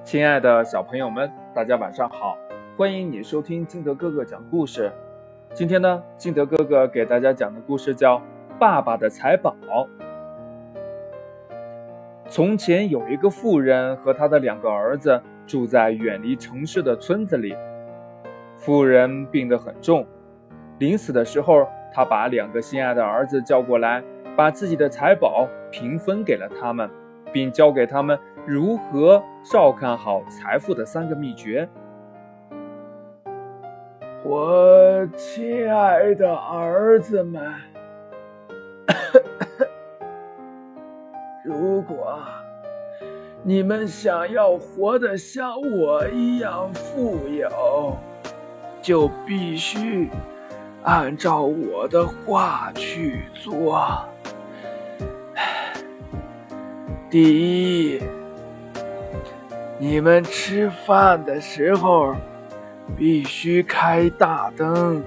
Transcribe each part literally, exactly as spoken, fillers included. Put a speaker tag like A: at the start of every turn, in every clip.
A: 亲爱的小朋友们，大家晚上好，欢迎你收听金德哥哥讲故事。今天呢，金德哥哥给大家讲的故事叫《爸爸的财宝》。从前有一个妇人和他的两个儿子住在远离城市的村子里。妇人病得很重，临死的时候，他把两个心爱的儿子叫过来，把自己的财宝平分给了他们，并教给他们如何照看好财富的三个秘诀。
B: 我亲爱的儿子们，如果你们想要活得像我一样富有，就必须按照我的话去做。第一，你们吃饭的时候必须开大灯。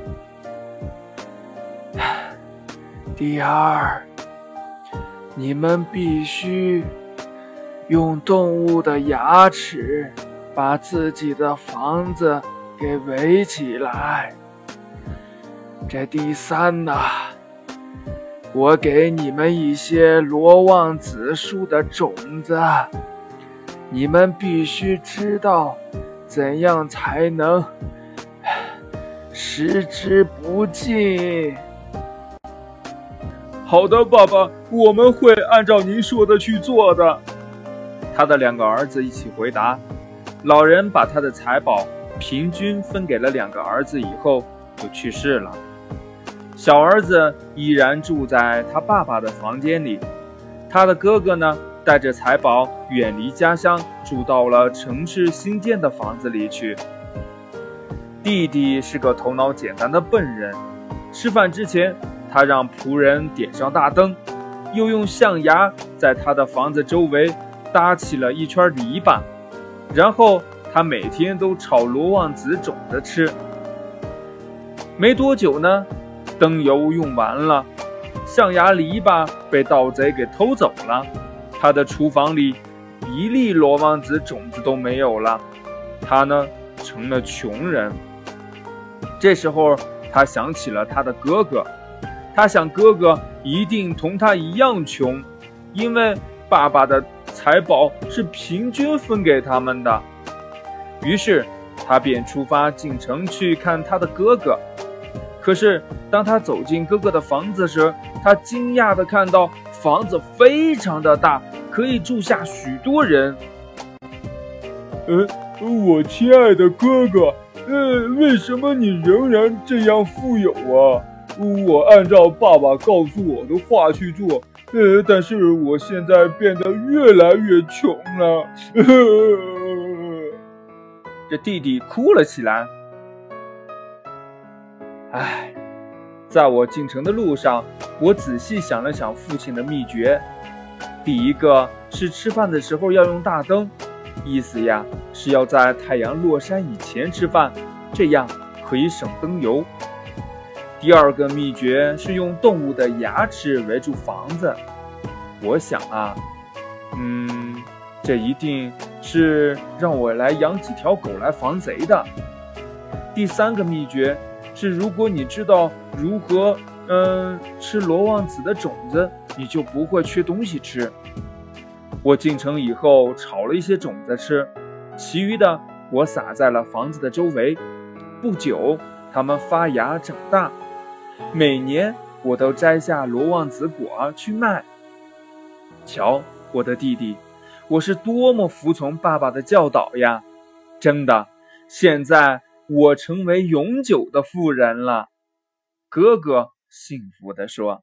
B: 第二，你们必须用动物的牙齿把自己的房子给围起来。这第三呢，我给你们一些罗望子树的种子，你们必须知道怎样才能食之不尽。
A: 好的，爸爸，我们会按照您说的去做的。他的两个儿子一起回答。老人把他的财宝平均分给了两个儿子以后就去世了。小儿子依然住在他爸爸的房间里，他的哥哥呢，带着财宝远离家乡，住到了城市新建的房子里去。弟弟是个头脑简单的笨人，吃饭之前，他让仆人点上大灯，又用象牙在他的房子周围搭起了一圈篱笆，然后他每天都炒罗望子种子吃。没多久呢，灯油用完了，象牙篱笆被盗贼给偷走了，他的厨房里一粒罗望子种子都没有了，他呢成了穷人。这时候他想起了他的哥哥，他想哥哥一定同他一样穷，因为爸爸的财宝是平均分给他们的。于是他便出发进城去看他的哥哥。可是当他走进哥哥的房子时，他惊讶地看到房子非常的大，可以住下许多人。
B: 呃，我亲爱的哥哥，呃，为什么你仍然这样富有啊？我按照爸爸告诉我的话去做，呃，但是我现在变得越来越穷了。呵呵，
A: 这弟弟哭了起来。唉，在我进城的路上，我仔细想了想父亲的秘诀。第一个是吃饭的时候要用大灯，意思呀是要在太阳落山以前吃饭，这样可以省灯油。第二个秘诀是用动物的牙齿围住房子。我想啊，嗯，这一定是让我来养几条狗来防贼的。第三个秘诀是，如果你知道如何嗯吃罗望子的种子，你就不会缺东西吃。我进城以后炒了一些种子吃，其余的我撒在了房子的周围。不久它们发芽长大，每年我都摘下罗望子果去卖。瞧，我的弟弟，我是多么服从爸爸的教导呀！真的，现在我成为永久的富人了。哥哥幸福地说。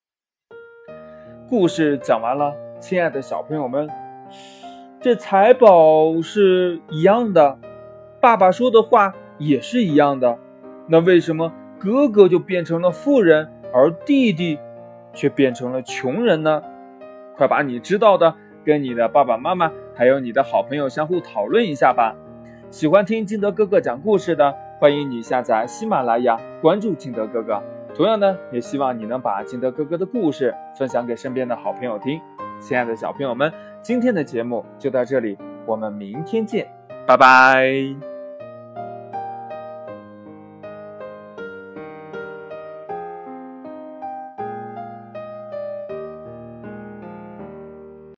A: 故事讲完了，亲爱的小朋友们，这财宝是一样的，爸爸说的话也是一样的，那为什么哥哥就变成了富人，而弟弟却变成了穷人呢？快把你知道的跟你的爸爸妈妈还有你的好朋友相互讨论一下吧。喜欢听金德哥哥讲故事的，欢迎你下载喜马拉雅，关注金德哥哥。同样呢，也希望你能把金德哥哥的故事分享给身边的好朋友听。亲爱的小朋友们，今天的节目就到这里， 我们明天见，拜拜。